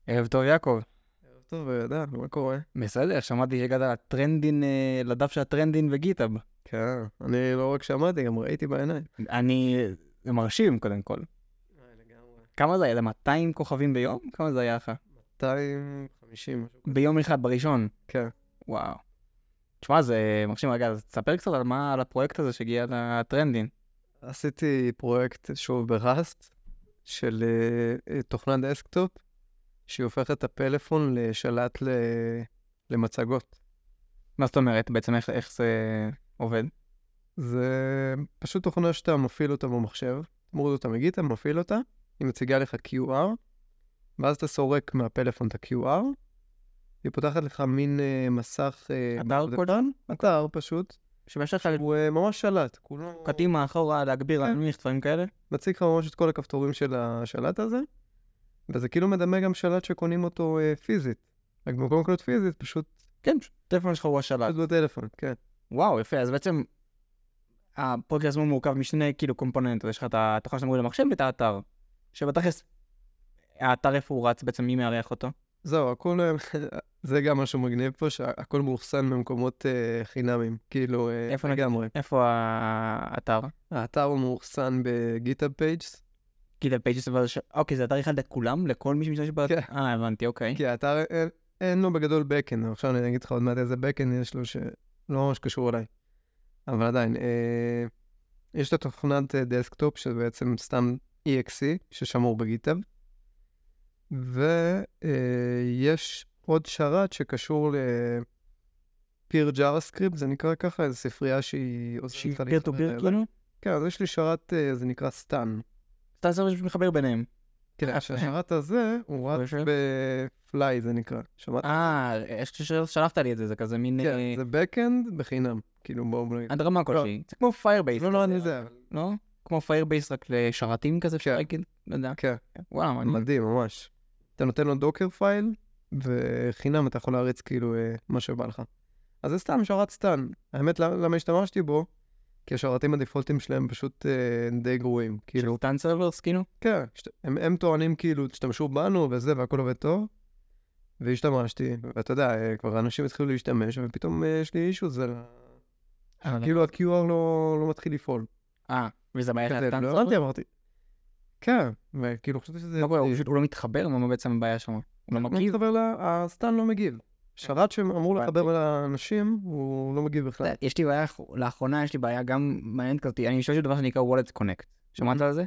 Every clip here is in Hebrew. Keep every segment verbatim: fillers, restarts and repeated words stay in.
ערב טוב, יעקב. ערב טוב, ידע, מה קורה? בסדר, שמעתי שהגעת לטרנדין, אה, לדף של הטרנדין וגיטאב. כן, אני לא רק שמעתי, גם ראיתי בעיניים. אני... זה מרשים, קודם כל. כמה זה היה? מאתיים כוכבים ביום? כמה זה היה לך? מאתיים וחמישים, משהו כזה. ביום אחד, בראשון. כן. וואו. תשמע, זה מרשים. רגע, אז תספר קצת על מה, על הפרויקט הזה שהגיע לטרנדין. עשיתי פרויקט, שוב, בראסט, של uh, תוכנת דסקטופ, שהיא הופכת את הפלאפון לשלט ל... למצגות. מה זאת אומרת? בעצם איך, איך זה עובד? זה פשוט תוכנה שאתה מפעיל אותה במחשב, מוריד אותה מגיטה, מפעיל אותה, היא מציגה לך קיו אר, ואז אתה סורק מהפלאפון את ה-קיו אר, היא פותחת לך מין uh, מסך... Uh, אתר קודן? אתר פשוט. שבאשר לך הוא uh, ממש שלט. כולו... קדימה, אחורה, להגביר, להנמיך, דברים כאלה? מציג לך ממש את כל הכפתורים של השלט הזה, וזה כאילו מדמה גם שלט שקונים אותו uh, פיזית. רק במקום לקנות פיזית, פשוט... כן, טלפון שלך הוא השלט. פשוט בטלפון, כן. וואו, יפה, אז בעצם הפודקאסט עצמו מורכב משני כאילו קומפוננטות, יש לך את התוכנה שאתה מוריד למחשב ואת האתר. שבתכלס, האתר איפה הוא רץ, בעצם מי מארח אותו? זהו, הכל, זה גם משהו מגניב פה, שהכל מאוחסן במקומות uh, חינמים, כאילו, איפה לגמרי. איפה האתר? האתר הוא מאוחסן בגיטהאב פייג'ס. גיטהאב פייג'ס, אבל ש... אוקיי, זה אתר אחד לכולם? לכל מי שמשתמש באתר? כן. אה, הבנתי, אוקיי. כי האתר, אין, אין לו בגדול בקן, עכשיו אני אגיד לך עוד מעט איזה בקן יש לו שלא ממש קשור אליי. אבל עדיין, אה, יש את התוכנת דסקטופ, שזה בעצם סתם אי אקס אי, ששמור בגיטהאב, ויש עוד שרת שקשור לפיר JavaScript, זה נקרא ככה, איזו ספרייה שהיא... שהיא פיר טו פיר כאילו? כן, אז יש לי שרת, זה נקרא סטן. סטן סרבר שמחבר ביניהם. תראה, השרת הזה הוא רץ בפליי, זה נקרא. אה, שלחת לי את זה, זה כזה מין... כן, זה backend בחינם, כאילו בואו... עד רמה כלשהי. זה כמו פיירבייס. לא, לא, אני זה. לא? כמו פיירבייס רק לשרתים כזה, אפשר להגיד? לא יודע. כן. וואלה, מדהים, ממש. אתה נותן לו דוקר פייל, וחינם אתה יכול להריץ כאילו מה שבא לך. אז זה סתם שרת סטן. האמת, למה השתמשתי בו? כי השרתים הדפולטים שלהם פשוט די גרועים. של סטן סרברס, כאילו? כן. הם טוענים כאילו, תשתמשו בנו וזה, והכל עובד טוב. והשתמשתי, ואתה יודע, כבר אנשים התחילו להשתמש, ופתאום יש לי אישו, זה... כאילו ה-קיו אר לא מתחיל לפעול. אה, וזה בעיה של הסטן סרברס? לא הבנתי, אמרתי. כן, וכאילו חשבתי שזה... הוא לא מתחבר? מה בעצם הבעיה שם? הוא לא מגיב? הסטן לא מגיב. שרת שאמור לחבר לאנשים, הוא לא מגיב בכלל. יש לי בעיה, לאחרונה יש לי בעיה גם מעניינת כזאת, אני משתמש בדבר שנקרא Wallet Connect. שמעת על זה?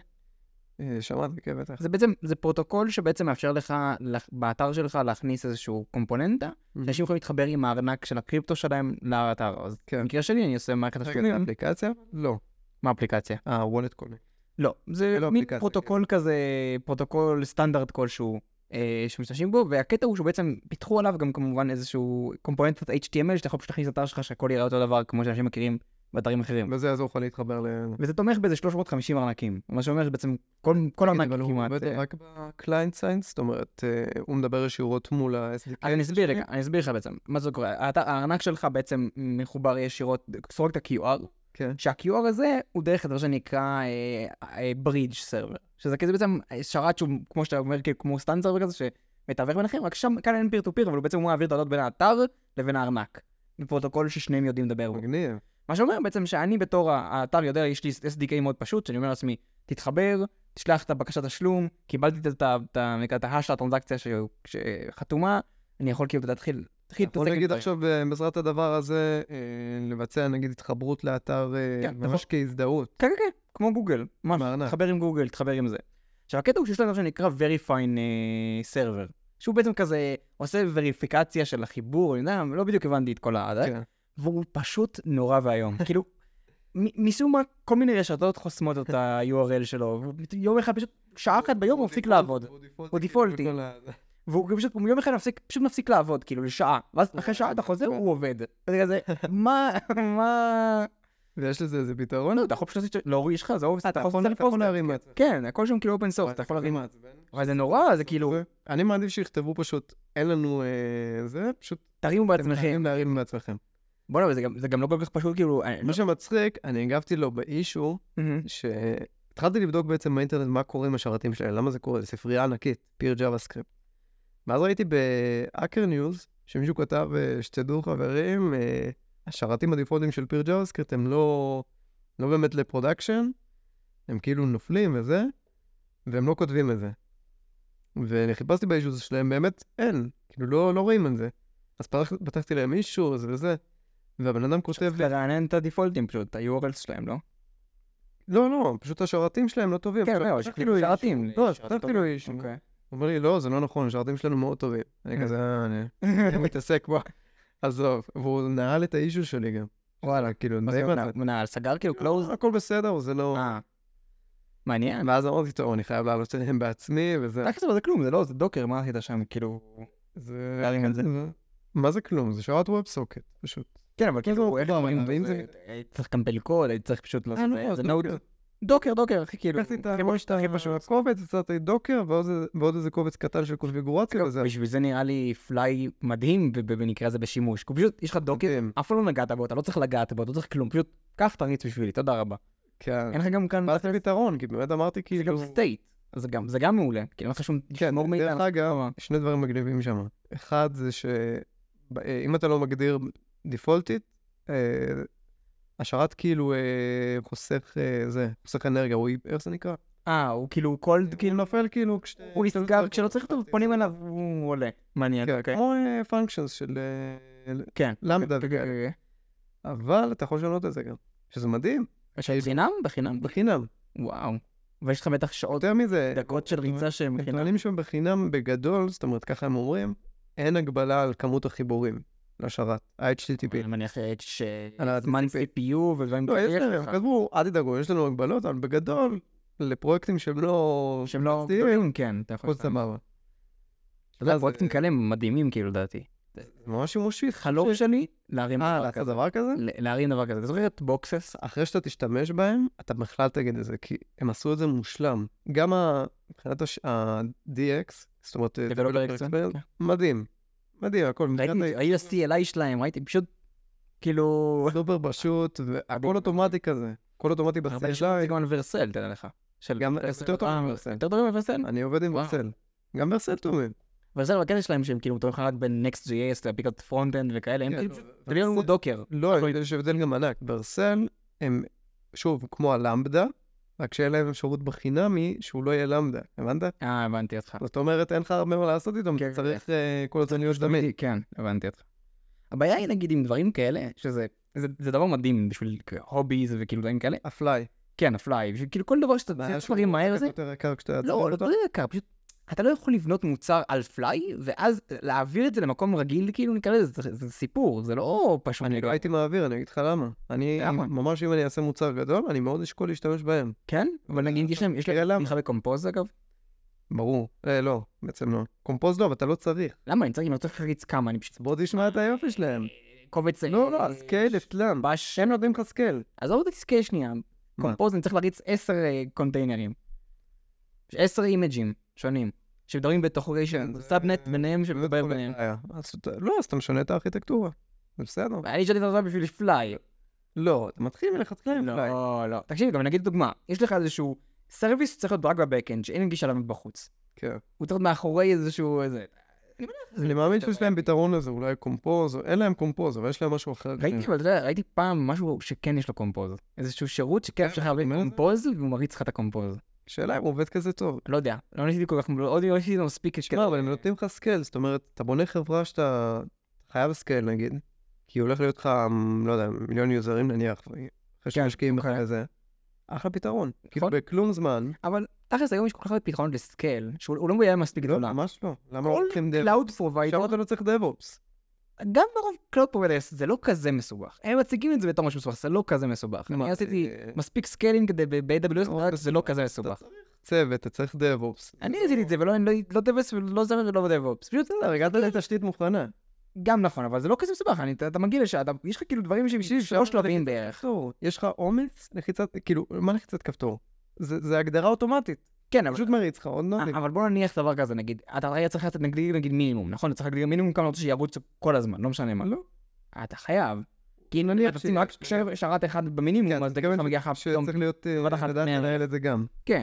שמעתי, כן, בטח. זה בעצם, זה פרוטוקול שבעצם מאפשר לך, באתר שלך, להכניס איזשהו קומפוננטה, שאנשים יכולים להתחבר עם הארנק של הקריפטו שלהם לאתר. אז במקרה שלי אני עושה מערכת השלומים. רגע, אפליקציה? לא. מה אפליקציה? אה, Wallet Connect. לא, זה מין פרוטוקול כזה, פרוטוקול סטנדרט כלשהו, שמשתמשים בו, והקטע הוא שבעצם פיתחו עליו גם כמובן איזשהו קומפוננטת אייץ' טי אם אל, שאתה יכול פשוט להכניס אתר שלך שהכל יראה אותו דבר, כמו שאנשים מכירים באתרים אחרים. וזה יעזור לך להתחבר ל... וזה תומך באיזה שלוש מאות וחמישים ארנקים. מה שאומר שבעצם כל ארנק כמעט... אבל הוא עובד רק בקליינט סיינד, זאת אומרת, הוא מדבר ישירות מול ה-אס די קיי. אני אסביר רגע, אני אסביר לך בעצם. מה זה קורה? הארנק שלך בעצם מחובר ישירות, סורק את ה-קיו אר, שה-קיו אר הזה הוא דרך הדבר שנקרא ברידג' סרבר. שזה כזה בעצם שרת שהוא, כמו שאתה אומר, כמו סטנד סרבר כזה, שמתווך ביניכם, רק שם כאן אין פיר טו פיר, אבל הוא בעצם הוא מעביר את הדעות בין האתר לבין הארנק. בפרוטוקול ששניהם יודעים לדבר בו. מגניב. מה שאומר בעצם שאני בתור האתר יודע, יש לי אס די קיי מאוד פשוט, שאני אומר לעצמי, תתחבר, תשלח את הבקשת השלום, קיבלתי את ההש הטרנזקציה שחתומה, אני יכול כאילו להתחיל, תתחיל להתעסק. בוא נגיד עכשיו בעזרת הדבר הזה, לבצע נגיד התחברות לאתר ממש כהזדהות. כן, כן, כן, כמו גוגל, תחבר עם גוגל, תחבר עם זה. עכשיו הקטע הוא שיש לנו שנקרא Verifine Server, שהוא בעצם כזה עושה וריפיקציה של החיבור, אני יודע, לא בדיוק הבנתי את כל הזה. והוא פשוט נורא והיום. כאילו, משום מה, כל מיני רשתות חוסמות את ה-יו אר אל שלו, ויום אחד פשוט, שעה אחת ביום הוא מפסיק לעבוד. הוא דיפולטי. והוא פשוט, יום אחד פשוט מפסיק לעבוד, כאילו, לשעה. ואז אחרי שעה אתה חוזר, הוא עובד. וזה כזה, מה, מה... ויש לזה איזה פתרון? לא, אתה יכול פשוט להוריד לך, זה אופס, אתה יכול להרים מעצבן. כן, הכל שם כאילו אופן סורס, אתה יכול להרים מעצבן. אבל זה נורא, זה כאילו... אני מעדיף שיכתבו פשוט, אין לנו זה, פשוט... תרימו בעצמכם. תרימו בעצמכם. בוא נראה, זה גם לא כל כך פשוט, כאילו... מה שמצחיק, אני הגבתי לו באישו, שהתחלתי לבדוק בעצם באינטרנט מה קורה עם השרתים שלהם, למה זה קורה, זה ספרייה ענקית, פיר JavaScript. ואז ראיתי ב-Hacker News, שמישהו כתב, שתדעו חברים, השרתים הדיפולטיים של פיר JavaScript הם לא, לא באמת לפרודקשן, הם כאילו נופלים וזה, והם לא כותבים את זה. וחיפשתי באישוז שלהם, באמת אין, כאילו לא, לא רואים את זה. אז פתחתי להם אישוז וזה, והבן אדם כותב... שצריך לרענן את הדיפולטים פשוט, ה-יו אר אל שלהם, לא? לא, לא, פשוט השרתים שלהם לא טובים. כן, לא, שכאילו שרתים. לא, פתחתי לו אישוז. הוא אומר לי, לא, זה לא נכון, השרתים שלנו מאוד טובים. אני כזה, אני מתעסק בו. עזוב, והוא נעל את האישוז שלי גם. וואלה, כאילו, הוא נעל, סגר כאילו קלוז? הכל בסדר, זה לא... מעניין. ואז אמרתי, טוב, אני חייב לעלות אליהם בעצמי, וזה... זה כלום, זה לא, זה דוקר, מה עשית שם, כאילו... מה זה כלום? זה שרת ווב סוקט, פשוט. כן, אבל כאילו, איך אומרים, ואם זה... צריך קמפל קוד, צריך פשוט לעשות... זה נוד... דוקר, דוקר, הכי כאילו... לקחתי את המושת הכי פשוט קובץ, יצרתי דוקר, ועוד איזה קובץ קטן של קונפיגורציה וזה. בשביל זה נראה לי פליי מדהים, ובמקרה הזה בשימוש. פשוט, יש לך דוקר, אף פעם לא נגעת בו, אתה לא צריך לגעת בו, אתה לא צריך כלום, פשוט קח תריץ בשבילי, תודה רבה. כן. אין לך גם כאן... מה זה פתרון? כי באמת אמרתי כאילו... זה גם סטייט, זה גם מעולה, כי אין לך שום... כן, דרך אגב, שני דברים מגניבים שם. אחד זה שאם אתה לא מגדיר דיפולטית, השרת כאילו חוסך זה, חוסך אנרגיה, איך זה נקרא? אה, הוא כאילו קולד, כאילו נופל כאילו... הוא יסגר, כשלא צריך טוב, פונים אליו, הוא עולה. מעניין, אוקיי. כמו פונקשנס של... כן. למדה וכאלה. אבל אתה יכול לשנות את זה גם. שזה מדהים. בחינם? בחינם? בחינם. וואו. ויש לך בטח שעות, יותר מזה, דקות של ריצה שהם בחינם. הכללים שהם בחינם בגדול, זאת אומרת, ככה הם אומרים, אין הגבלה על כמות החיבורים לשרת, ה-אייץ' טי טי פי. אני מניח זמן סי פי יו ודברים כאלה. לא, יש להם, כתבו, אל תדאגו, יש לנו הגבלות, אבל בגדול, לפרויקטים שהם לא... שהם לא גדולים, כן. כל סבבה. אתה יודע, פרויקטים כאלה מדהימים, כאילו, לדעתי. זה ממש שימושי. חלום שלי, להרים דבר כזה. להרים דבר כזה. אתה זוכר את בוקסס? אחרי שאתה תשתמש בהם, אתה בכלל תגיד את זה, כי הם עשו את זה מושלם. גם מבחינת ה-די אקס, זאת אומרת, מדהים. מדהים, הכל. ראיתי ה-סי אל איי שלהם, ראיתי פשוט, כאילו... סופר פשוט, והכל אוטומטי כזה. הכל אוטומטי ב-סי אל איי. זה גם על ורסל, תדע לך. גם יותר טוב מוורסל. יותר טוב מוורסל? אני עובד עם ורסל. גם ורסל טובים. ורסל בקטע שלהם שהם כאילו מתארים לך רק ב-Next.js, להפיקות פרונט-אנד וכאלה, הם כאילו, תביא לנו דוקר. לא, יש הבדל גם ענק. ורסל הם, שוב, כמו הלמבדה, רק שאין להם אפשרות בחינמי שהוא לא יהיה למבדה, הבנת? אה, הבנתי אותך. זאת אומרת, אין לך הרבה מה לעשות איתו, צריך כל הזמן להיות דמי. כן, הבנתי אותך. הבעיה היא נגיד עם דברים כאלה, שזה דבר מדהים בשביל הוביז וכאילו דברים כאלה. הפליי. כן, הפליי, כאילו כל דבר שאתה צריך דברים מהר זה. לא, לא יקר, פשוט אתה לא יכול לבנות מוצר על פליי, ואז להעביר את זה למקום רגיל, כאילו נקרא לזה, זה סיפור, זה לא פשוט. אני לא הייתי מעביר, אני אגיד לך למה. אני, ממש אם אני אעשה מוצר גדול, אני מאוד אשקול להשתמש בהם. כן? אבל נגיד, יש להם, יש להם תמיכה בקומפוז אגב? ברור. אה, לא, בעצם לא. קומפוז לא, אבל אתה לא צריך. למה? אני צריך, אני רוצה להריץ כמה, אני פשוט... בוא תשמע את היופי שלהם. קובץ... לא, לא, סקייל אצלם. הם נותנים לך סקייל. אז עוד סקייל שנייה. קומפוז, אני צריך להריץ עשר קונטיינרים. עשר אימג'ים שונים. שמדברים בתוך סאבנט ביניהם שמדבר ביניהם. לא, אז אתה משנה את הארכיטקטורה. זה בסדר. אני שאלתי את זה בשביל פליי. לא, אתה מתחיל מלכתחילה עם פליי. לא, לא. תקשיב, גם נגיד דוגמה. יש לך איזשהו סרוויס שצריך להיות רק בבקאנד, שאין גישה עליו בחוץ. כן. הוא צריך להיות מאחורי איזשהו איזה... אני מאמין שיש להם פתרון לזה, אולי קומפוז, אין להם קומפוז, אבל יש להם משהו אחר. ראיתי פעם משהו שכן יש לו קומפוז. איזשהו שירות שכן אפשר להביא קומפוז, והוא מריץ לך את הקומפוז. שאלה אם הוא עובד כזה טוב. לא יודע, לא ניסיתי כל כך, עוד לא ניסיתי מספיק. תשמע, אבל הם נותנים לך סקייל, זאת אומרת, אתה בונה חברה שאתה חייב סקייל נגיד, כי הולך להיות לך, לא יודע, מיליון יוזרים נניח, אחרי שמשקיעים לך לזה, אחלה פתרון. כאילו בכלום זמן. אבל תכלס היום יש כל כך הרבה פתרונות לסקייל, שהוא לא מביאה מספיק גדולה. לא, ממש לא. למה לא לוקחים דאב? קלאוד פרוביידר. עכשיו אתה לא צריך דאב-אופס. גם ברוב קלאוד פרוביידר זה לא כזה מסובך. הם מציגים את זה בתור משהו מסובך, זה לא כזה מסובך. אני עשיתי מספיק סקיילינג כדי ב-איי דאבליו אס, זה לא כזה מסובך. צוות, אתה צריך דאב-אופס. אני עשיתי את זה, ולא דאב-אופס ולא זרם ולא דאב-אופס. פשוט הגעת לתשתית מוכנה. גם נכון, אבל זה לא כזה מסובך. אתה מגיע לשעה, יש לך כאילו דברים שבשביל שלוש שלבים בערך. יש לך אומץ, לחיצת, כאילו, מה לחיצת כפתור? זה הגדרה אוטומטית. כן, אבל... פשוט מריץ לך, עוד נודיק. אבל בוא נניח דבר כזה, נגיד, אתה היה צריך לעשות נגדיר, נגיד מינימום, נכון? אתה צריך להגדיר מינימום כמה רוצה שירוץ כל הזמן, לא משנה מה. לא. אתה חייב. כי אם נניח, תשים רק שרת אחד במינימום, אז דקה לך מגיע לך פתאום. שצריך להיות, לדעת לנהל את זה גם. כן.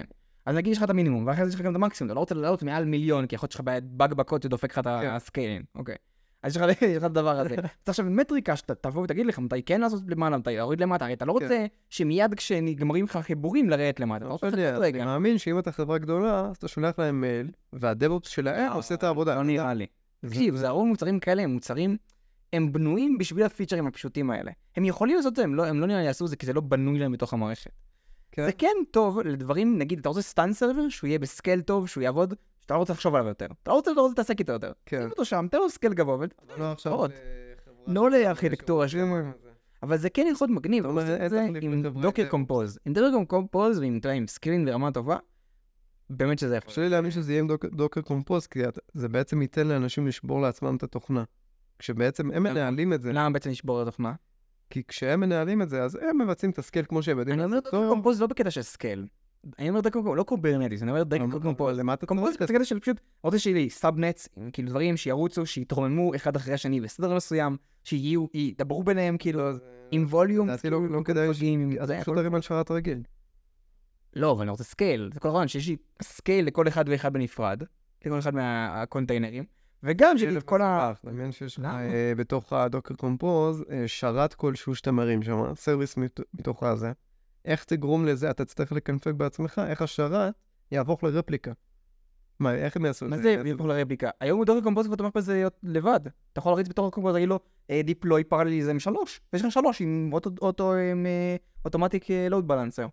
אז נגיד יש לך את המינימום, ואחרי זה יש לך גם את המקסימום, אתה לא רוצה לעלות מעל מיליון, כי יכול להיות לך באג בקוד שדופק לך את הסקיילינג, אוקיי. אז יש לך את הדבר הזה. אז עכשיו מטריקה שאתה תבוא ותגיד לך מתי כן לעשות למעלה, מתי להוריד למטה, הרי אתה לא רוצה שמיד כשנגמרים לך חיבורים לרדת למטה. אני מאמין שאם אתה חברה גדולה, אז אתה שולח להם מייל, והדב-אופס שלהם עושה את העבודה. לא נראה לי. תקשיב, זה הרוב מוצרים כאלה, הם מוצרים, הם בנויים בשביל הפיצ'רים הפשוטים האלה. הם יכולים לעשות את זה, הם לא נראה לי יעשו את זה, כי זה לא בנוי להם בתוך המערכת. זה כן טוב לדברים, נגיד, אתה רוצה סטאנד סרבר, שהוא יהיה בסקייל טוב, שהוא יעבוד, שאתה לא רוצה לחשוב עליו יותר. אתה לא רוצה להתעסק איתו יותר. שים אותו שם, תן לו סקייל גבוה, לא לארכיטקטורה שלו. אבל זה כן יכול להיות מגניב, עם דוקר קומפוז. עם דוקר קומפוז ועם סקיילינג ברמה טובה, באמת שזה יכול. חשוב לי להאמין שזה יהיה עם דוקר קומפוז, כי זה בעצם ייתן לאנשים לשבור לעצמם את התוכנה. כשבעצם הם מנהלים את זה. למה בעצם לשבור את התוכנה? כי כשהם מנהלים את זה, אז הם מבצעים את הסקייל כמו שהם יודעים. אני אומר דוקר קומפוז לא בקטע של סקייל. אני אומר דוקר קומפוז, לא קוברנטיס, אני אומר דוקר קומפוז. קומפוז בקטע של פשוט, רוצה שיהיה לי סאבנטס, כאילו דברים שירוצו, שיתרוממו אחד אחרי השני בסדר מסוים, שיהיו, ידברו ביניהם כאילו, עם ווליום. זה לא כדאי שחותרים על שרת רגיל. לא, אבל אני רוצה סקייל. זה כל הרעיון שיש לי סקייל לכל אחד ואחד בנפרד, לכל אחד מהקונטיינרים. וגם שיש את כל ה... דמיין שיש בתוך הדוקר קומפוז, שרת כלשהו שאתה מרים שם, סרוויס מתוך הזה. איך תגרום לזה? אתה צריך לקנפג בעצמך, איך השרת יהפוך לרפליקה. מה, איך הם יעשו את זה? מה זה יהפוך לרפליקה? היום דוקר קומפוז ואתה תומך בזה לבד. אתה יכול להריץ בתוך הקומפוז, להגיד לו, דיפלוי פרליזם שלוש. ויש לך שלוש עם אוטומטיק לואוד בלנסר.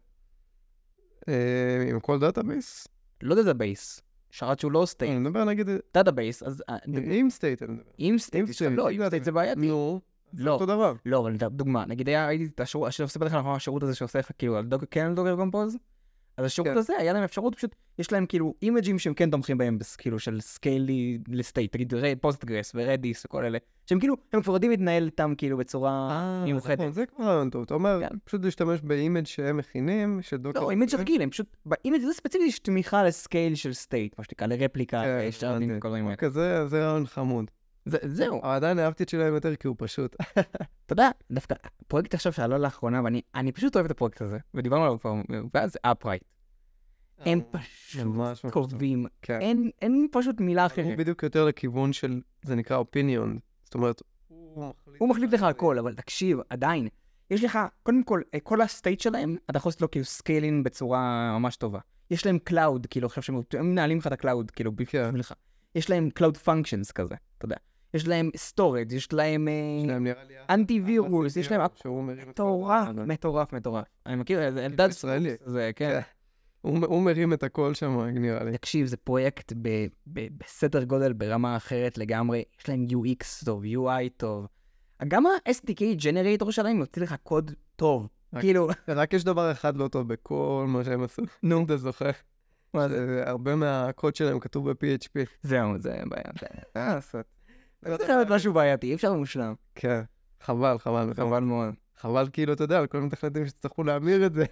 עם כל דאטאבייס? לא דאטאבייס. שרת שהוא לא סטייט. אני מדבר נגיד... דאטאבייס, אז... עם סטייט, אני מדבר. עם סטייט? לא, עם סטייט זה בעייתי. נו, זה אותו דבר. לא, אבל דוגמה, נגיד הייתי את השירות, שעושה בדרך כלל השירות הזה שעושה לך כאילו, כן על דוקר קומפוז, אז השירות הזה, היה להם אפשרות פשוט, יש להם כאילו אימג'ים שהם כן תומכים בהם, כאילו של סקיילי לסטייט, תגיד פוסטגרס ורדיס וכל אלה, שהם כאילו, הם כבר יודעים להתנהל איתם כאילו בצורה מיוחדת. זה כבר רעיון טוב, אתה אומר, פשוט להשתמש באימג' שהם מכינים, של דוקר... לא, אימג' רגיל, הם פשוט, באימג' זה ספציפית יש תמיכה לסקייל של סטייט, מה שתקרא לרפליקה, שרדים וכל דברים האלה. זה רעיון חמוד. זהו. אבל עדיין אהבתי את שלהם יותר כי הוא פשוט. אתה יודע, דווקא, פרויקט עכשיו שעלה לאחרונה, ואני פשוט אוהב את הפרויקט הזה, ודיברנו עליו כבר, ואז זה אפרייט. הם פשוט קובעים, אין פשוט מילה אחרת. הוא בדיוק יותר לכיוון של, זה נקרא אופיניון, זאת אומרת, הוא מחליט לך הכל, אבל תקשיב, עדיין, יש לך, קודם כל, כל הסטייט שלהם, אתה יכול לעשות לו כאילו סקיילינג בצורה ממש טובה. יש להם קלאוד, כאילו, עכשיו שהם מנהלים לך את הקלאוד, כאילו, בשבילך. יש להם קלאוד פונקשנס כזה, אתה יודע. יש להם סטורג', יש להם אנטי וירוס, יש להם מטורף, מטורף, מטורף. אני מכיר, זה אלדד ישראלי. זה, כן. הוא מרים את הכל שם, נראה לי. תקשיב, זה פרויקט בסדר גודל ברמה אחרת לגמרי. יש להם יו אקס טוב, יו איי טוב. גם ה-אס די קיי ג'נרייטור שלהם יוצא לך קוד טוב. כאילו... רק יש דבר אחד לא טוב בכל מה שהם עשו. נו, אתה זוכר. הרבה מהקוד שלהם כתוב ב-פי אייץ' פי. זהו, זה בעיה. אה, עשות. זה צריך להיות משהו בעייתי, אי אפשר למושלם. כן, חבל, חבל. חבל מאוד. חבל כאילו, אתה יודע, על כל מתכנתים שצטרכו להמיר את זה.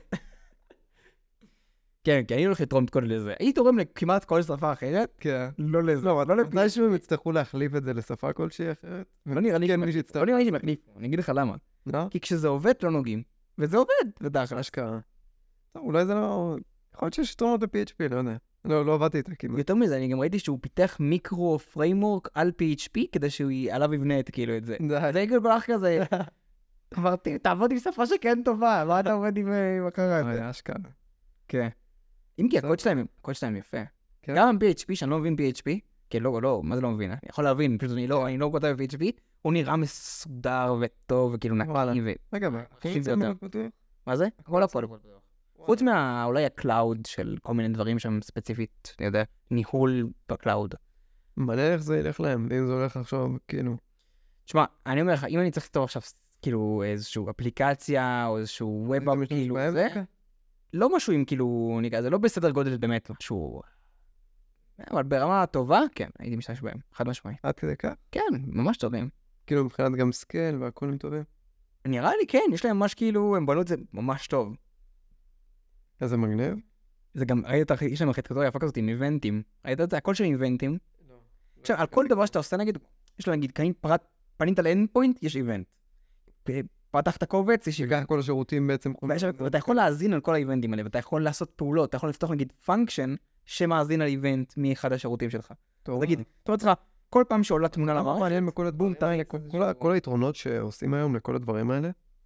כן, כי אני הולך לתרום את כל לזה. הייתי תורם לכמעט כל שפה אחרת. כן. לא לזה. לא, לא לפני שהם יצטרכו להחליף את זה לשפה כלשהי אחרת. לא נראה לי שמחליף. אני אגיד לך למה. לא? כי כשזה עובד, לא נוגעים. וזה עובד, בדרך כלל. אשכרה. אולי זה לא... יכול להיות שיש יתרונות ב-פי אייץ' פי, לא יודע. לא, לא עבדתי איתה, כאילו. יותר מזה, אני גם ראיתי שהוא פיתח מיקרו פריימורק על פי אייץ' פי, כדי שהוא עליו יבנה את כאילו את זה. זה כאילו בלח כזה. אמרתי, תעבוד עם שפה שכן טובה, מה אתה עובד עם הקרה? זה אשכרה. כן. אם כי הקוד שלהם, הקוד שלהם יפה. גם פי אייץ' פי, שאני לא מבין פי אייץ' פי, כי לא, לא, מה זה לא מבין? אני יכול להבין, פשוט אני לא, אני לא כותב פי אייץ' פי, הוא נראה מסודר וטוב, וכאילו נקי ו... רגע, מה זה? הכל הפועל פתוח. חוץ מה, אולי הקלאוד של כל מיני דברים שם ספציפית, אני יודע, ניהול בקלאוד. מלא איך זה ילך להם, ואם זה הולך עכשיו, כאילו... תשמע, אני אומר לך, אם אני צריך לכתוב עכשיו, כאילו, איזושהי אפליקציה, או איזשהו ווב, כאילו, זה... לא משהו עם, כאילו, נקרא, זה לא בסדר גודל באמת משהו... אבל ברמה טובה, כן, הייתי משתמש בהם, חד משמעי. עד כדי כך? כן, ממש טובים. כאילו, מבחינת גם סקייל והכולים טובים. נראה לי, כן, יש להם ממש כאילו, הם בנו את זה ממש טוב. איזה מגניב. זה גם, ראית, יש להם ארכיטקטורה יפה כזאת עם איבנטים. ראית את זה? הכל של איבנטים. לא. עכשיו, על כל דבר שאתה עושה, נגיד, יש לו, נגיד, פנית לאנד פוינט, יש איבנט. פתח את הקובץ, יש שיקח כל השירותים בעצם. ואתה יכול להאזין על כל האיבנטים האלה, ואתה יכול לעשות פעולות, אתה יכול לפתוח נגיד פונקשן שמאזין על איבנט מאחד השירותים שלך. אז נגיד, אתה אומר לך, כל פעם שעולה תמונה למערכת, מעניין בכל הדברים, כל היתרונות שעושים היום לכל הדברים האלה,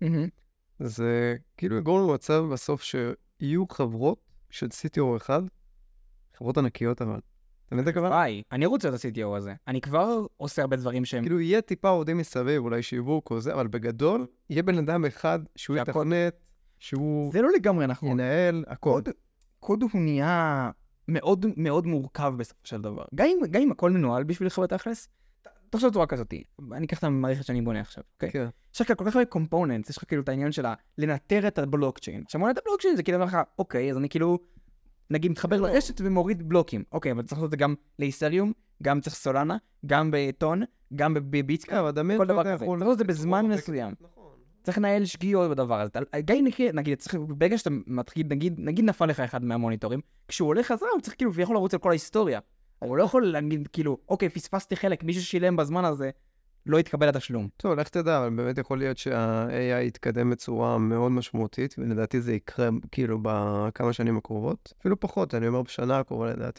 זה כאילו יגרום למצב בסוף שיהיו חברות של סי טי או אחד, חברות ענקיות אבל. אתה מבין את הכוונה? וואי, אני רוצה את ה-סי טי או הזה. אני כבר עושה הרבה דברים שהם... כאילו יהיה טיפה עובדים מסביב, אולי שיווק או זה, אבל בגדול, יהיה בן אדם אחד שהוא יתכנת, שהוא... זה לא לגמרי נכון. ינהל, הכל. קוד הוא נהיה מאוד מאוד מורכב בסופו של דבר. גם אם הכל מנוהל בשביל חברת תכלס, תחשוב תורה כזאת. אני אקח את המערכת שאני בונה עכשיו, אוקיי? יש לך כל כך הרבה קומפוננטס, יש לך כאילו את העניין שלה לנטר את הבלוקצ'יין. עכשיו, מונה את הבלוקצ'יין זה כאילו אומר לך, אוקיי, אז אני כאילו נגיד מתחבר לרשת ומוריד בלוקים. אוקיי, אבל צריך לעשות את זה גם לאית'ריום, גם צריך סולנה, גם בטון, גם בביטקוין, כל דבר כזה. צריך לעשות את זה בזמן מסוים. צריך לנהל שגיאות בדבר הזה. נגיד, ברגע שאתה מתחיל, נגיד נפל לך אחד מהמוניטורים, כשהוא הולך חזרה, הוא צריך כאילו, ויכול לרוץ על כל ההיסטוריה. הוא לא יכול להגיד כאילו, אוקיי, פספסתי חלק, מישהו שילם בזמן הזה, לא יתקבל התשלום. טוב, לך תדע, אבל באמת יכול להיות שה-איי איי יתקדם בצורה מאוד משמעותית, ולדעתי זה יקרה כאילו בכמה שנים הקרובות, אפילו פחות, אני אומר בשנה הקרובה לדעתי,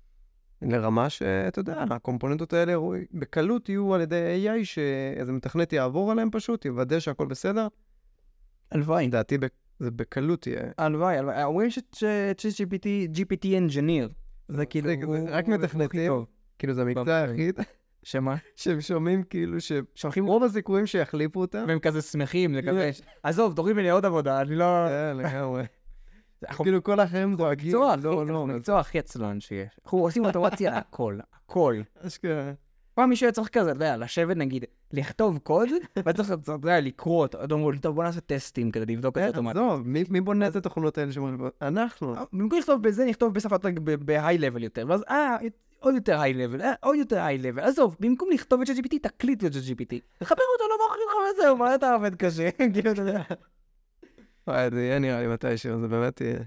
לרמה שאתה יודע, הקומפוננטות האלה בקלות יהיו על ידי איי איי, שאיזה מתכנת יעבור עליהם פשוט, יוודא שהכל בסדר. הלוואי. לדעתי זה בקלות יהיה. הלוואי, הלוואי. אומרים ש-ג'י פי טי engineer, זה כאילו... רק מתכנתים, כאילו זה המקצוע היחיד. שמה? שהם שומעים כאילו ששולחים רוב הסיכויים שיחליפו אותם. והם כזה שמחים, זה כזה... עזוב, תוריד ממני עוד עבודה, אני לא... כן, לגמרי. כאילו כל אחרים דואגים. מקצוע, מקצוע הכי עצלן שיש. אנחנו עושים אוטומציה להכל, הכל. אשכרה. פעם מישהו צריך כזה, אתה יודע, לשבת נגיד, לכתוב קוד, וצריך, אתה יודע, לקרוא אותו. אתה אומר, טוב, בוא נעשה טסטים כדי לבדוק את זה אוטומטית. עזוב, מי בונה את התוכנות האלה שאומרים, אנחנו. במקום לכתוב בזה, נכתוב בשפת ב-high level יותר, ואז, אה, עוד יותר high level, עוד יותר high level. עזוב, במקום לכתוב את ג'י פי טי, תקליט את ג'י פי טי. חבר אותו, לא מוכרים לך וזהו, מה אתה עובד קשה? כאילו, אתה יודע. וואי, זה יהיה נראה לי מתישהו, זה באמת יהיה.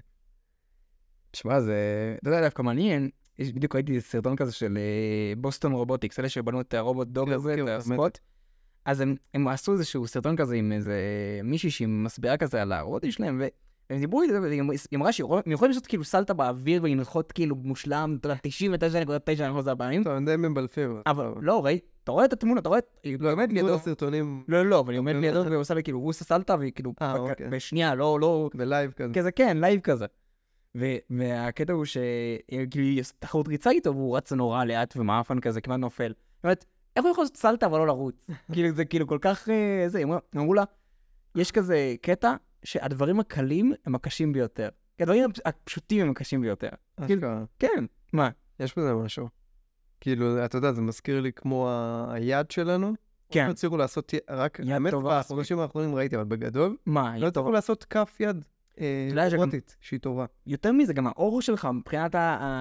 תשמע, זה, אתה יודע, דווקא מעניין, בדיוק ראיתי סרטון כזה של בוסטון רובוטיקס, אלה שבנו את הרובוט דוג הזה, את הספוט, אז הם עשו איזשהו סרטון כזה עם איזה מישהי שהיא מסבירה כזה על הרובוטים שלהם, והם דיברו איתי, והיא אמרה שהם יכולים לעשות כאילו סלטה באוויר ולנחות כאילו מושלם, אתה יודע, תשעים ותשע נקודה תשע אני חוזר פעמים. טוב, הם די מבלפים. אבל לא, ראי, אתה רואה את התמונה, אתה רואה, היא עומד לידו. הסרטונים... לא, לא, אבל היא עומד לידו והיא עושה לי כאילו, הוא עושה סלטה והיא כאילו, בשנייה, לא, לא... בלייב כזה. כזה, כן, לייב כזה. והקטע הוא שכאילו תחרות ריצה איתו והוא רץ נורא לאט ומאפן כזה, כמעט נופל. זאת אומרת, איך הוא יכול לעשות סלטה אבל לא לרוץ? כאילו זה כאילו כל כך... זה, אמרו לה, יש כזה קטע שהדברים הקלים הם הקשים ביותר. הדברים הפשוטים הם הקשים ביותר. כן, מה? יש בזה משהו. כאילו, אתה יודע, זה מזכיר לי כמו היד שלנו. כן. לא הצליחו לעשות, רק... האמת, בחודשים האחרונים ראיתי, אבל בגדול. מה? לא הצליחו לעשות כף יד. רובוטית, שהיא טובה. יותר מזה, גם האור שלך, מבחינת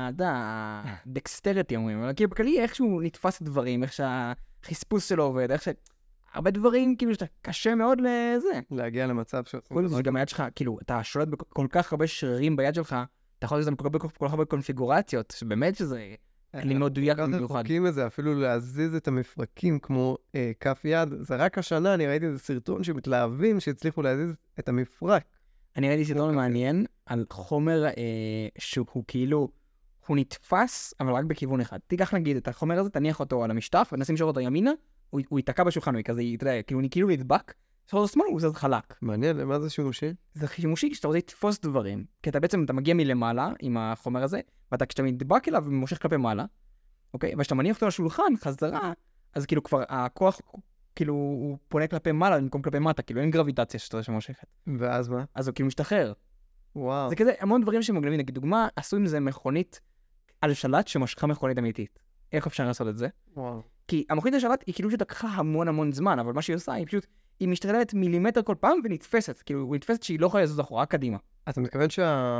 הדקסטריטי, אומרים, אבל כאילו בכלי איכשהו נתפס דברים, איך שהחספוס שלו עובד, איך ש... הרבה דברים, כאילו, שאתה קשה מאוד לזה. להגיע למצב ש... גם היד שלך, כאילו, אתה שולט בכל כך הרבה שרירים ביד שלך, אתה יכול לעשות בכל כך הרבה קונפיגורציות, שבאמת שזה כלי מאוד דויק במיוחד. רחוקים את זה, אפילו להזיז את המפרקים כמו כף יד, זה רק השנה, אני ראיתי איזה סרטון שמתלהבים שהצליחו להזיז את המפרק. אני ראיתי סרטון מעניין על חומר אה, שהוא כאילו, הוא נתפס, אבל רק בכיוון אחד. תיקח נגיד את החומר הזה, תניח אותו על המשטח, ונשים שור אותו ימינה, הוא, הוא ייתקע בשולחן, הוא כזה, אתה יודע, כאילו, כאילו נדבק, שור אותו שמאל, הוא עושה חלק. מעניין, למה זה שימושי? זה שימושי כשאתה רוצה לתפוס דברים, כי אתה בעצם, אתה מגיע מלמעלה עם החומר הזה, ואתה כשאתה נדבק אליו ומושך כלפי מעלה, אוקיי? וכשאתה מניח אותו לשולחן, חזרה, אז כאילו כבר הכוח... כאילו, הוא פונה כלפי מעלה במקום כלפי מטה, כאילו אין גרביטציה שאתה שמושכת. ואז מה? אז הוא כאילו משתחרר. וואו. זה כזה, המון דברים שמגניבים, נגיד דוגמה, עשו עם זה מכונית על שלט שמשכה מכונית אמיתית. איך אפשר לעשות את זה? וואו. כי המכונית על שלט היא כאילו שתקחה המון המון זמן, אבל מה שהיא עושה, היא פשוט, היא משתדלת מילימטר כל פעם ונתפסת, כאילו, היא נתפסת שהיא לא יכולה לזוז אחורה, קדימה. אתה מתכוון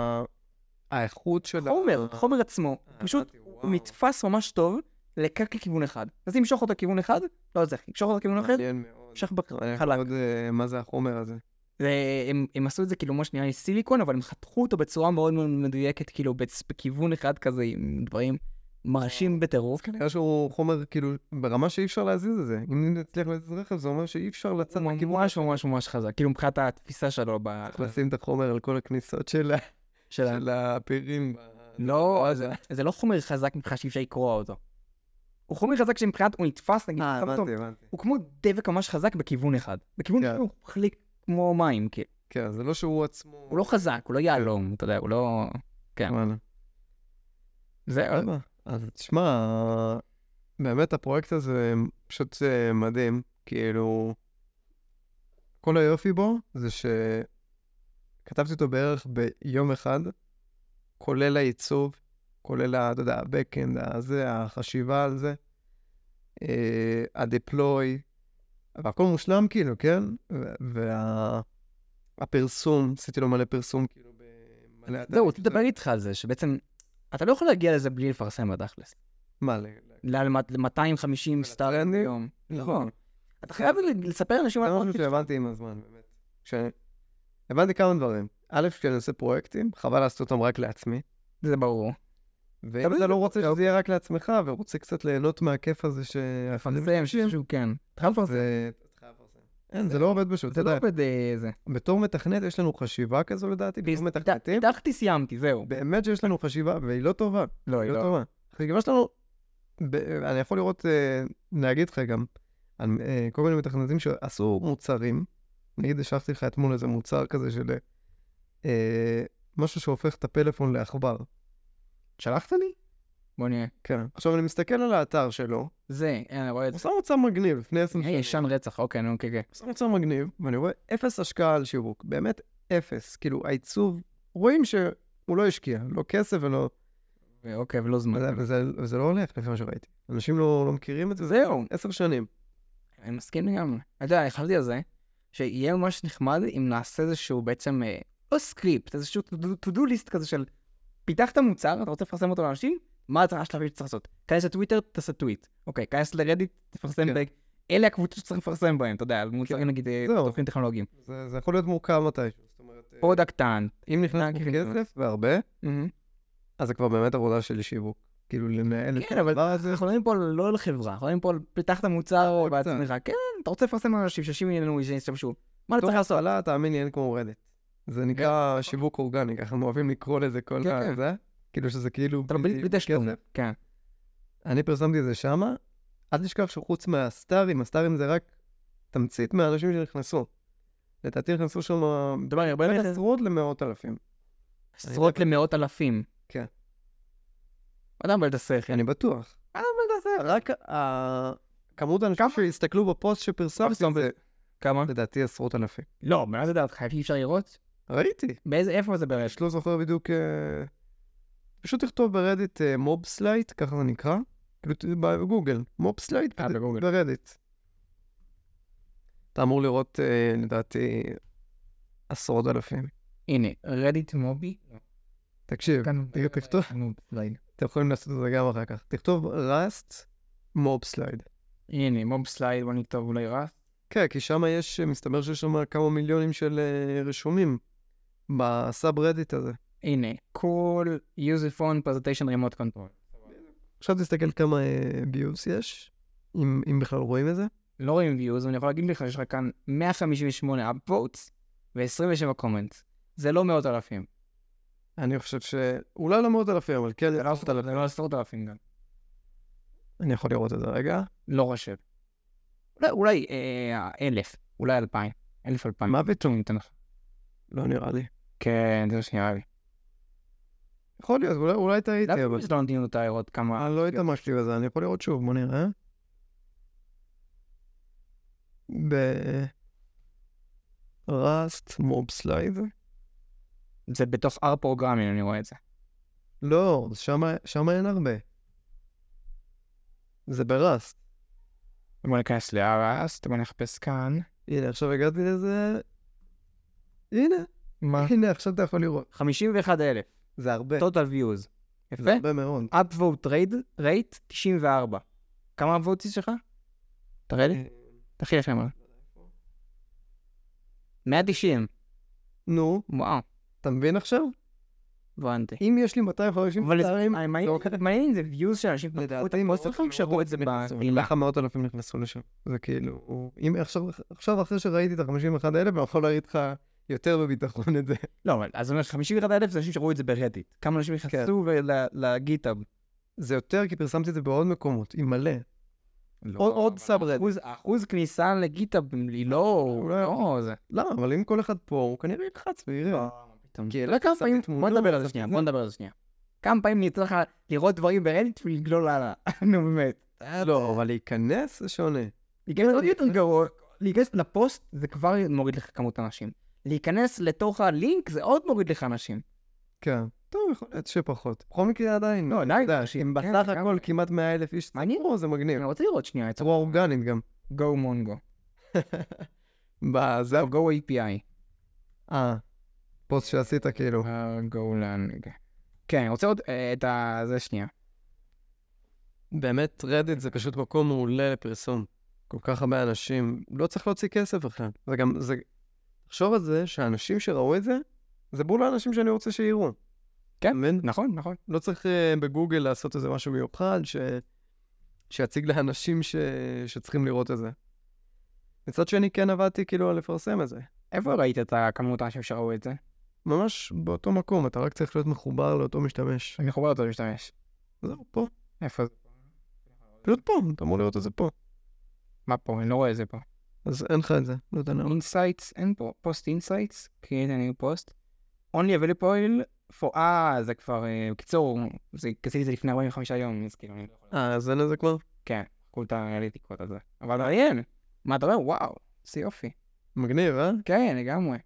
שהאיכות של... חומר, חומר עצמו, פשוט הוא נתפס ממש טוב, לקק לכיוון אחד. אז אם משוך אותו לכיוון אחד, לא זה, משוך אותו לכיוון אחר, משך בחלק. מה זה החומר הזה? הם עשו את זה כאילו ממש נראה לי סיליקון, אבל הם חתכו אותו בצורה מאוד מאוד מדויקת, כאילו בכיוון אחד כזה, עם דברים מרשים בטירוף. כנראה שהוא חומר, כאילו, ברמה שאי אפשר להזיז את זה. אם נצליח להזיז רכב, זה אומר שאי אפשר לצאת. הוא ממש ממש ממש חזק. כאילו, מבחינת התפיסה שלו. צריך לשים את החומר על כל הכניסות של הפירים. לא, זה לא חומר חזק מבחינת שאי אפשר לקרוא אותו. הוא חומר חזק שמבחינת הוא נתפס, נגיד, אה, הבנתי, הבנתי. הוא כמו דבק ממש חזק בכיוון אחד. בכיוון אחד הוא חליק כמו מים, כאילו. כן, זה לא שהוא עצמו... הוא לא חזק, הוא לא יעלום, אתה יודע, הוא לא... כן. זה... אז תשמע, באמת הפרויקט הזה פשוט מדהים, כאילו... כל היופי בו זה שכתבתי אותו בערך ביום אחד, כולל העיצוב, כולל, אתה יודע, הבקאנד, הזה, החשיבה על זה, הדיפלוי, והכל מושלם כאילו, כן? והפרסום, עשיתי לו מלא פרסום כאילו במלא... זהו, רוצה לדבר איתך על זה, שבעצם אתה לא יכול להגיע לזה בלי לפרסם בתכלס. מה? ל-מאתיים וחמישים סטארט ביום. נכון. אתה חייב לספר לאנשים... זה משהו שהבנתי עם הזמן, באמת. הבנתי כמה דברים. א', כשאני עושה פרויקטים, חבל לעשות אותם רק לעצמי. זה ברור. ואם אתה לא רוצה שזה יהיה רק לעצמך, ורוצה קצת ליהנות מהכיף הזה ש... פרסם, שהוא כן. אתה חייב לפרסם. אין, זה לא עובד פשוט. זה לא עובד זה. בתור מתכנת יש לנו חשיבה כזו לדעתי, בתור מתכנתים. פיתחתי, סיימתי, זהו. באמת שיש לנו חשיבה, והיא לא טובה. לא, היא לא טובה. החשיבה שלנו, אני יכול לראות, להגיד לך גם, כל מיני מתכנתים שעשו מוצרים, נגיד, השלחתי לך אתמול איזה מוצר כזה של משהו שהופך את הפלאפון לעכבר. שלחת לי? בוא נראה. כן. עכשיו אני מסתכל על האתר שלו. זה, אני רואה את זה. הוא שם מוצר מגניב, לפני עשר שנים. ישן רצח, אוקיי, נו, כן, כן. הוא שם מוצר מגניב, ואני רואה אפס השקעה על שיווק. באמת אפס. כאילו, העיצוב, רואים שהוא לא השקיע, לא כסף ולא... אוקיי, ולא זמן. וזה לא הולך, לפי מה שראיתי. אנשים לא מכירים את זה. זהו. עשר שנים. אני מסכים לגמרי. אתה יודע, אני חשבתי על זה, שיהיה ממש נחמד אם נעשה איזשהו בעצם, לא סקריפט, איזשהו to-do list כזה של פיתחת מוצר, אתה רוצה לפרסם אותו לאנשים? מה אתה השלב שצריך לעשות? כנס לטוויטר, תעשה טוויט. אוקיי, כנס לרדיט, תפרסם ב... אלה הקבוצות שצריך לפרסם בהם, אתה יודע, על מוצרים נגיד תוכנים טכנולוגיים. זה יכול להיות מורכב מתי. פרודקטן. אם נכנס כסף והרבה, אז זה כבר באמת עבודה של שיווק. כאילו לנהל... כן, אבל אנחנו מדברים פה לא לחברה, אנחנו מדברים פה פיתחת מוצר בעצמך. כן, אתה רוצה לפרסם לאנשים, שאנשים יהנו שישתמשו. מה אתה צריך לעשות? לא, תאמין לי, אין כמו רדיט. זה נקרא שיווק אורגני, ככה אנחנו אוהבים לקרוא לזה כל זה. כאילו שזה כאילו... אתה לא בלי תשלום. כן. אני פרסמתי את זה שמה, אל תשכח שחוץ מהסטארים, הסטארים זה רק תמצית מהאנשים שנכנסו. לדעתי נכנסו שם... דבר, הרבה בין עשרות למאות אלפים. עשרות למאות אלפים. כן. אדם בלת השכל. אני בטוח. אדם בלת השכל. רק כמות האנשים שהסתכלו בפוסט שפרסמתי זה... כמה? לדעתי עשרות אלפים. לא, מה זה דעת? חייב אפשר לראות? ראיתי. באיזה, איפה זה ברדיט? יש לא זוכר בדיוק... פשוט תכתוב ברדיט מובסלייט, ככה זה נקרא. בגוגל, מובסלייט ברדיט. אתה אמור לראות, לדעתי, עשרות אלפים. הנה, רדיט מובי. תקשיב, תכתוב. אתם יכולים לעשות את זה גם אחר כך. תכתוב ראסט מובסלייד. הנה, מובסלייד, בוא נכתוב אולי ראסט. כן, כי שם יש, מסתבר שיש שם כמה מיליונים של רשומים בסאב רדיט הזה. הנה, cool, user phone, presentation, remote control. עכשיו תסתכל כמה views יש, אם, אם בכלל רואים את זה. לא רואים views, אני יכול להגיד לך שיש לך כאן מאה חמישים ושמונה upvotes ו-עשרים ושבע comments. זה לא מאות אלפים. אני חושב ש... אולי לא מאות אלפים, אבל כן... זה לא עשרות אלפים גם. אני יכול לראות את זה רגע. לא חושב. אולי, אולי אה, אלף, אולי אלפיים. אלף אלפיים. מה פתאום? ניתן לך. לא נראה לי. כן, זה מה שנראה לי. יכול להיות, אולי, אולי טעיתי, אבל... למה שלא נתנו אותה לראות כמה... אני לא התאמשתי בזה, אני יכול לראות שוב, בוא נראה. ב... ראסט מובסלייד. זה בתוך אר פרוגרמים, אני רואה את זה. לא, שם אין הרבה. זה בראסט. בוא ניכנס לאראסט, בוא נחפש כאן. הנה, עכשיו הגעתי לזה... הנה. מה? הנה, עכשיו אתה יכול לראות. חמישים ואחד אלף. זה הרבה. total views. יפה? זה הרבה מאוד. upvote rate, תשעים וארבע. כמה upvotes שלך? תראה לי. תכי לכם. מאה תשעים. נו. וואו. אתה מבין עכשיו? הבנתי. אם יש לי מאתיים וחמישים סטארים, מעניין אם זה ויוז של אנשים פתחו את הפוסט שלך, שראו את זה בעילה. ככה מאות אלפים נכנסו לשם. זה כאילו, אם עכשיו אחרי שראיתי את ה-חמישים ואחד אלף, אני יכול להראית לך יותר בביטחון את זה. לא, אבל אז אומר, חמישים ואחד אלף זה אנשים שראו את זה ברדיט. כמה אנשים נכנסו לגיטאב? זה יותר כי פרסמתי את זה בעוד מקומות, עם מלא. עוד סאב רדיט. אחוז כניסה לגיטאב, היא לא... לא, זה... לא, אבל אם כל אחד פה, הוא כנראה ילחץ ויראה. בוא נדבר על זה שנייה, בוא נדבר על זה שנייה. כמה פעמים אני צריך לראות דברים ברדיט ולגלול הלאה. נו, באמת. לא, אבל להיכנס זה שונה. להיכנס עוד יותר גרוע. להיכנס לפוסט זה כבר מוריד לך כמות אנשים. להיכנס לתוך הלינק זה עוד מוריד לך אנשים. כן. טוב, יכול להיות שפחות. בכל מקרה עדיין. לא, עדיין. אם בסך הכל כמעט מאה אלף איש, מעניין. זה מגניב. אני רוצה לראות שנייה. צורה אורגנית גם. Go Mongo. בזה. Go איי פי איי. אה. פוסט שעשית כאילו. גולנג. כן, אני רוצה עוד את זה שנייה. באמת רדיט זה פשוט מקום מעולה לפרסום. כל כך הרבה אנשים, לא צריך להוציא כסף בכלל. זה גם, זה... תחשוב על זה שהאנשים שראו את זה, זה בול האנשים שאני רוצה שיראו. כן, נכון, נכון. לא צריך uh, בגוגל לעשות איזה משהו מיוחד, ש... שיציג לאנשים ש... שצריכים לראות את זה. מצד שני כן עבדתי כאילו לפרסם את זה. איפה ראית את הכמות האנשים שראו את זה? ממש באותו מקום, אתה רק צריך להיות מחובר לאותו משתמש. אני מחובר לאותו משתמש. זהו, פה. איפה זה? פשוט פה, אתה אמור לראות את זה פה. מה פה? אני לא רואה את זה פה. אז אין לך את זה, לא יודע. אינסייטס, אין פה, פוסט אינסייטס, create a new post. only available for, אה, זה כבר, בקיצור, עשיתי את זה לפני ארבעים וחמישה יום, אז כאילו, אני לא יכול... אה, אז אין את זה כבר? כן, כולת האנליטיקות הזה. אבל מעניין, מה אתה אומר? וואו, זה יופי. מגניב, אה? כן, לגמרי.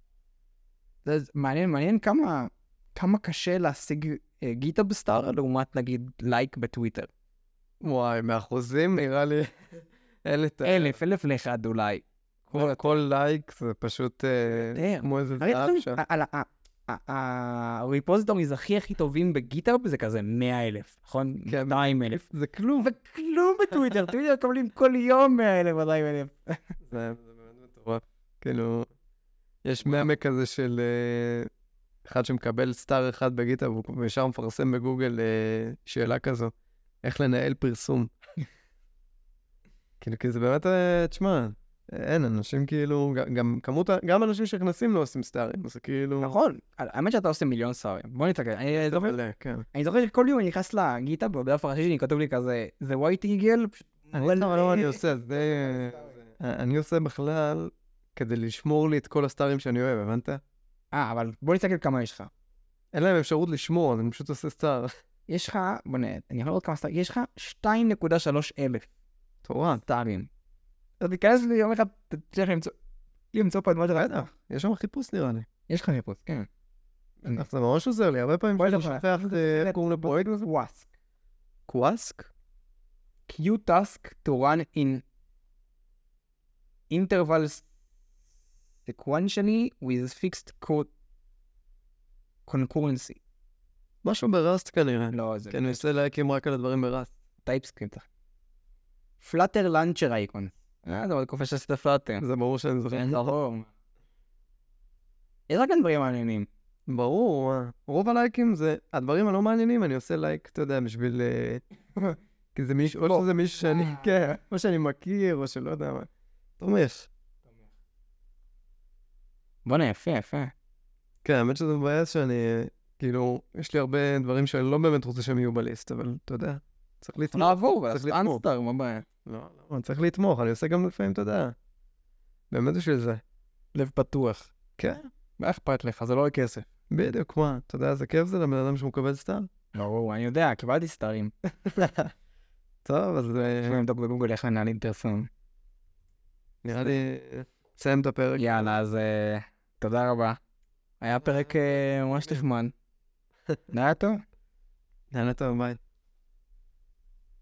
זה מעניין, מעניין כמה, כמה קשה להשיג גיטאב סטאר, לעומת נגיד לייק בטוויטר. וואי, מאחוזים נראה לי... אלף, אלף לאחד אולי. כל לייק זה פשוט כמו איזה זהב שם. הריפוזיטוריז הכי הכי טובים בגיטאב זה כזה מאה אלף, נכון? מאתיים אלף. זה כלום. וכלום בטוויטר, טוויטר קבלים כל יום מאה אלף, מאתיים אלף. זה באמת מטורף. כאילו, יש ממה כזה של אחד שמקבל סטאר אחד בגיטאב, וישר מפרסם בגוגל שאלה כזו, איך לנהל פרסום. כאילו, כי זה באמת, תשמע, אין, אנשים כאילו, גם כמות, גם אנשים שנכנסים לא עושים סטארים, אז כאילו... נכון, האמת שאתה עושה מיליון סטארים, בוא נתקל, אני זוכר שכל יום אני נכנס לגיטאב, בדף הראשי שלי כתוב לי כזה, זה ווייט איגל, אני עושה, אני עושה בכלל כדי לשמור לי את כל הסטארים שאני אוהב, הבנת? אה, אבל בוא נתקל כמה יש לך. אין להם אפשרות לשמור, אז אני פשוט עושה סטאר. יש לך, בוא נראה, אני יכול לראות כמה סטארים, יש לך שתיים נקודה שלוש אלף. תורן. סטארים. אז תיכנס לי יום אחד, תצליח למצוא פה את מה שראית. יש שם חיפוש נראה לי. יש לך חיפוש, כן. זה ממש עוזר לי, הרבה פעמים שאני שופך איך קוראים לפרויקט הזה? קוואסק. קוואסק? Q-task to run in intervals sequentially with fixed code concurrency. משהו בראסט כנראה. לא, זה... כי אני עושה לייקים רק על הדברים בראסט. טייפסקריפט. פלאטר לאנצ'ר אייקון. אה, זה עוד קופש שעשית פלאטר. זה ברור שאני זוכר. אין זוכר. יש רק דברים מעניינים. ברור. רוב הלייקים זה... הדברים הלא מעניינים, אני עושה לייק, אתה יודע, בשביל... כי זה מישהו, או שזה מישהו שאני... כן, או שאני מכיר, או שלא יודע מה. תומך. בוא'נה, יפה, יפה. כן, האמת שזה מבאס שאני... כאילו, יש לי הרבה דברים שאני לא באמת רוצה שהם יהיו בליסט, אבל אתה יודע. צריך לתמוך. לעבור, אנסטר, מה בעיה? לא, לא, צריך לתמוך, אני עושה גם לפעמים, אתה יודע. באמת בשביל זה. לב פתוח. כן. מה אכפת לך? זה לא רק כסף. בדיוק, מה? אתה יודע, זה כיף זה לבן אדם שמקבל סטאר? לא, אני יודע, קיבלתי סטארים. טוב, אז... אני אבדוק בגוגל איך לנהלים פרסום. נראה לי... סיים את הפרק. יאללה, אז תודה רבה. היה פרק ממש נחמד. נהיה טוב? נהיה טוב, ביי.